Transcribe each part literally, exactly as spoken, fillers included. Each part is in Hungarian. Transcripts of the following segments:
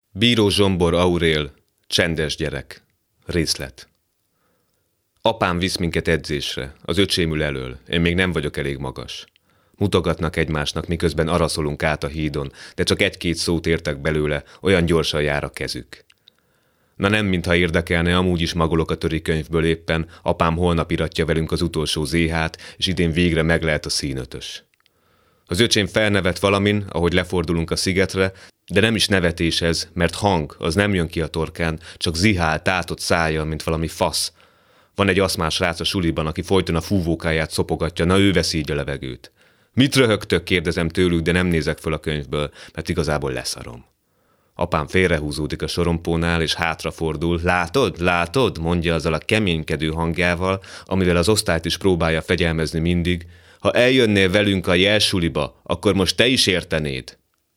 Bíró Zsombor Aurél, csendes gyerek. Részlet. Apám visz minket edzésre, az öcsém ül elől, én még nem vagyok elég magas. Mutogatnak egymásnak, miközben araszolunk át a hídon, de csak egy-két szót értek belőle, olyan gyorsan jár a kezük. Na nem, mintha érdekelne, amúgy is magolok a törikönyvből éppen, apám holnap iratja velünk az utolsó zé há-t, és idén végre meg lehet a színötös. Az öcsém felnevet valamin, ahogy lefordulunk a szigetre, de nem is nevetés ez, mert hang, az nem jön ki a torkán, csak zihál tátott szájjal, mint valami fasz. Van egy aszmás rác a suliban, aki folyton a fúvókáját szopogatja, na ő veszi így a levegőt. Mit röhögtök, kérdezem tőlük, de nem nézek föl a könyvből, mert igazából leszarom. Apám félrehúzódik a sorompónál, és hátrafordul. Látod, látod, mondja azzal a keménykedő hangjával, amivel az osztályt is próbálja fegyelmezni mindig. Ha eljönnél velünk a jelsuliba, akkor most te is értenéd.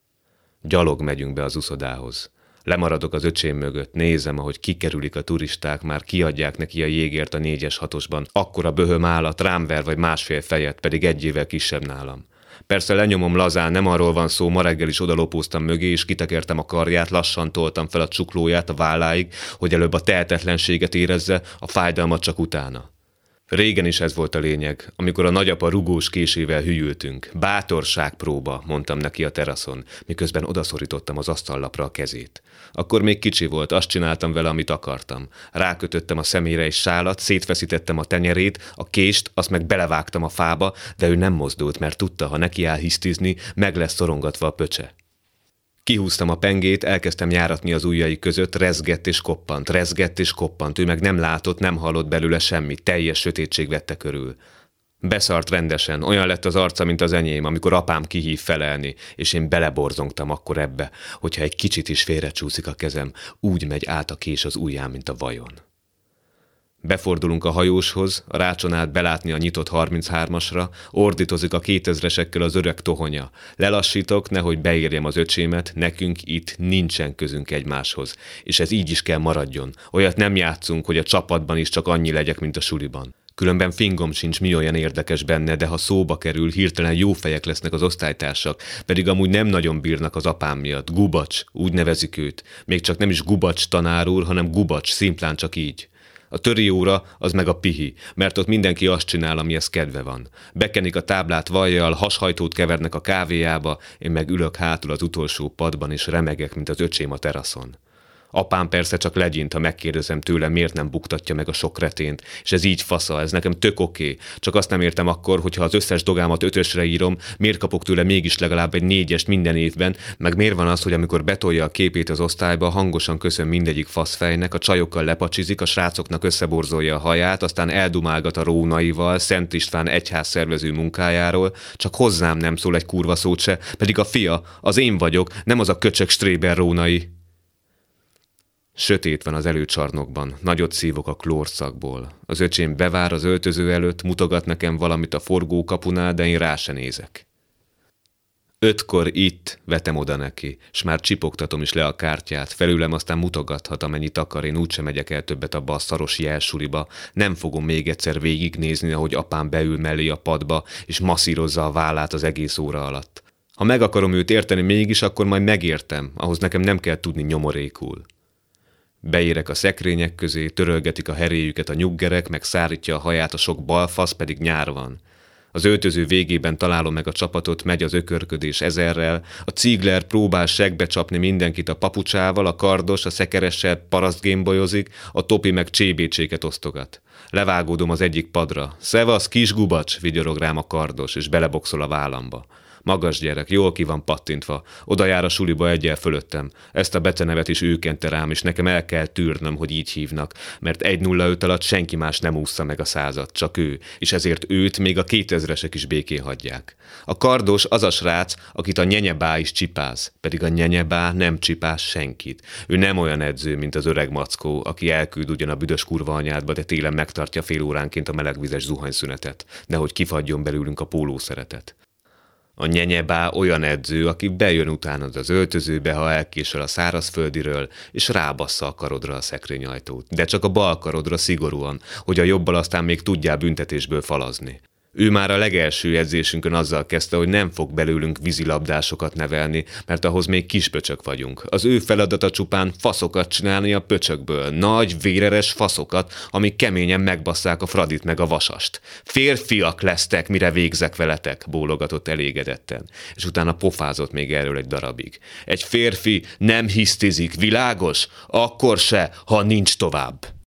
Gyalog megyünk be az uszodához. Lemaradok az öcsém mögött, nézem, ahogy kikerülik a turisták, már kiadják neki a jégért a négyes hatosban. Akkora böhöm állat, rám ver vagy másfél fejet, pedig egy évvel kisebb nálam. Persze lenyomom lazán, nem arról van szó, ma reggel is odalopóztam mögé, és kitekertem a karját, lassan toltam fel a csuklóját a válláig, hogy előbb a tehetetlenséget érezze, a fájdalmat csak utána. Régen is ez volt a lényeg, amikor a nagyapa rugós késével hülyültünk. Bátorságpróba, mondtam neki a teraszon, miközben odaszorítottam az asztallapra a kezét. Akkor még kicsi volt, azt csináltam vele, amit akartam. Rákötöttem a szemére egy sálat, szétfeszítettem a tenyerét, a kést, azt meg belevágtam a fába, de ő nem mozdult, mert tudta, ha neki áll hisztizni, meg lesz szorongatva a pöcse. Kihúztam a pengét, elkezdtem járatni az ujjai között, rezgett és koppant, rezgett és koppant, ő meg nem látott, nem hallott belőle semmit, teljes sötétség vette körül. Beszart rendesen, olyan lett az arca, mint az enyém, amikor apám kihív felelni, és én beleborzongtam akkor ebbe, hogyha egy kicsit is félrecsúszik a kezem, úgy megy át a kés az ujjám, mint a vajon. Befordulunk a hajóshoz, a rácson át belátni a nyitott harminchármasra, ordítozik a kétezresekkel az öreg tohonya. Lelassítok, nehogy beérjem az öcsémet, nekünk itt nincsen közünk egymáshoz, és ez így is kell maradjon. Olyat nem játszunk, hogy a csapatban is csak annyi legyek, mint a suliban. Különben fingom sincs, mi olyan érdekes benne, de ha szóba kerül, hirtelen jó fejek lesznek az osztálytársak, pedig amúgy nem nagyon bírnak az apám miatt. Gubacs, úgy nevezik őt. Még csak nem is Gubacs tanár úr, hanem Gubacs, szimplán csak így. A töri óra az meg a pihi, mert ott mindenki azt csinál, amihez kedve van. Bekenik a táblát vajjal, hashajtót kevernek a kávéjába, én meg ülök hátul az utolsó padban, és remegek, mint az öcsém a teraszon. Apám persze csak legyint, ha megkérdezem tőle, miért nem buktatja meg a sok kretént, és ez így fasza, ez nekem tök oké, csak azt nem értem akkor, hogyha az összes dogámat ötösre írom, miért kapok tőle mégis legalább egy négyest minden évben, meg miért van az, hogy amikor betolja a képét az osztályba, hangosan köszön mindegyik faszfejnek, a csajokkal lepacsizik, a srácoknak összeborzolja a haját, aztán eldumálgat a rónaival, Szent István egyház szervező munkájáról, csak hozzám nem szól egy kurva szót se, pedig a fia, az én vagyok, nem az a köcsög Stréber rónai. Sötét van az előcsarnokban, nagyot szívok a klórszagból. Az öcsém bevár az öltöző előtt, mutogat nekem valamit a forgókapunál, de én rá se nézek. Ötkor itt, vetem oda neki, s már csipogtatom is le a kártyát, felülem aztán mutogathat, amennyit akar, én úgysem megyek el többet abba a szaros jelsuliba, nem fogom még egyszer végignézni, ahogy apám beül mellé a padba, és masszírozza a vállát az egész óra alatt. Ha meg akarom őt érteni mégis, akkor majd megértem, ahhoz nekem nem kell tudni nyomorékul. Beérek a szekrények közé, törölgetik a heréjüket a nyuggerek, meg szárítja a haját a sok balfasz, pedig nyár van. Az öltöző végében találom meg a csapatot, megy az ökörködés ezerrel, a Ziegler próbál segbe csapni mindenkit a papucsával, a kardos, a szekeressel parasztgémbolyozik, a topi meg csébécséket osztogat. Levágódom az egyik padra. Szevasz, kis Gubacs, vigyorog rám a kardos, és beleboxol a vállamba. Magas gyerek, jól ki van pattintva, oda jár a suliba egyel fölöttem. Ezt a becenevet is ő kente rám, és nekem el kell tűrnöm, hogy így hívnak, mert egy nulla öt alatt senki más nem ússza meg a százat, csak ő, és ezért őt még a kétezresek is békén hagyják. A kardos az a srác, akit a nyenyebá is csipáz, pedig a nyenyebá nem csipáz senkit. Ő nem olyan edző, mint az öreg mackó, aki elküld ugyan a büdös kurva anyádba, de télen megtartja fél óránként a melegvizes zuhanyszünetet, nehogy kifagyjon belőlünk a pólószeretet. A nyenyebá olyan edző, aki bejön utánad az öltözőbe, ha elkésel a szárazföldiről, és rábassza a karodra a szekrényajtót. De csak a bal karodra szigorúan, hogy a jobbal aztán még tudjál büntetésből falazni. Ő már a legelső edzésünkön azzal kezdte, hogy nem fog belőlünk vízilabdásokat nevelni, mert ahhoz még kispöcsök vagyunk. Az ő feladata csupán faszokat csinálni a pöcsökből, nagy, véreres faszokat, amik keményen megbasszák a Fradit meg a Vasast. Férfiak lesztek, mire végzek veletek, bólogatott elégedetten, és utána pofázott még erről egy darabig. Egy férfi nem hisztizik, világos? Akkor se, ha nincs tovább.